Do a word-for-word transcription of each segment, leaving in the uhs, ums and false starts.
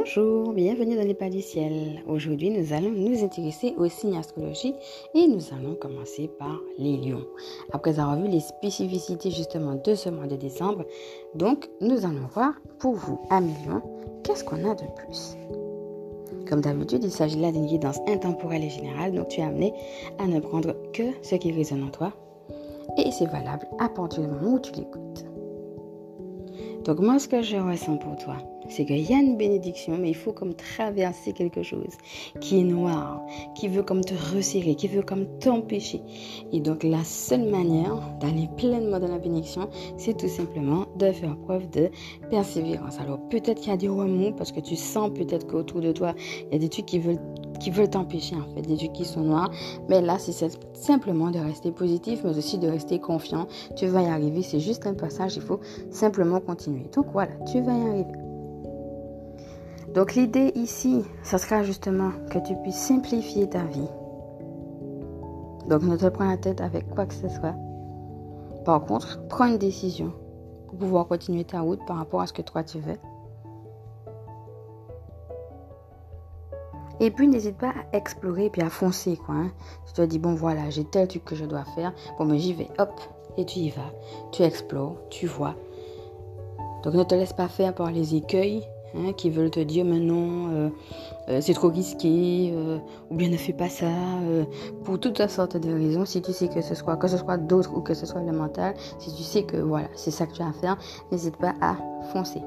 Bonjour, bienvenue dans les pas du ciel. Aujourd'hui, nous allons nous intéresser aux signes astrologiques et nous allons commencer par les lions. Après avoir vu les spécificités justement de ce mois de décembre, donc nous allons voir pour vous, amis lions, qu'est-ce qu'on a de plus. Comme d'habitude, il s'agit là d'une guidance intemporelle et générale, donc tu es amené à ne prendre que ce qui résonne en toi et c'est valable à partir du moment où tu l'écoutes. Donc moi, ce que je ressens pour toi, c'est qu'il y a une bénédiction, mais il faut comme traverser quelque chose qui est noir, qui veut comme te resserrer, qui veut comme t'empêcher. Et donc la seule manière d'aller pleinement dans la bénédiction, c'est tout simplement de faire preuve de persévérance. Alors peut-être qu'il y a des remous, parce que tu sens peut-être qu'autour de toi, il y a des trucs qui veulent qui veulent t'empêcher en fait, des trucs qui sont noirs. Mais là, c'est simplement de rester positif, mais aussi de rester confiant. Tu vas y arriver, c'est juste un passage, il faut simplement continuer. Donc voilà, tu vas y arriver. Donc l'idée ici, ce sera justement que tu puisses simplifier ta vie. Donc ne te prends la tête avec quoi que ce soit. Par contre, prends une décision pour pouvoir continuer ta route par rapport à ce que toi tu veux. Et puis, n'hésite pas à explorer et puis à foncer, quoi. Hein. Tu te dis, bon, voilà, j'ai tel truc que je dois faire. Bon, mais j'y vais, hop, et tu y vas. Tu explores, tu vois. Donc, ne te laisse pas faire par les écueils hein, qui veulent te dire, mais non, euh, euh, c'est trop risqué, euh, ou bien ne fais pas ça. Euh, pour toutes sortes de raisons, si tu sais que ce soit, que ce soit d'autres ou que ce soit le mental, si tu sais que, voilà, c'est ça que tu as à faire, n'hésite pas à foncer.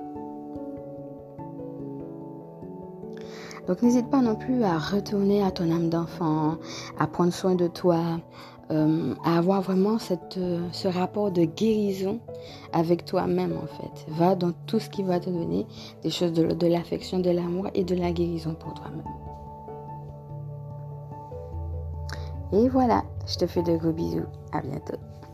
Donc, n'hésite pas non plus à retourner à ton âme d'enfant, à prendre soin de toi, euh, à avoir vraiment cette, euh, ce rapport de guérison avec toi-même, en fait. Va dans tout ce qui va te donner des choses de, de l'affection, de l'amour et de la guérison pour toi-même. Et voilà, je te fais de gros bisous. À bientôt.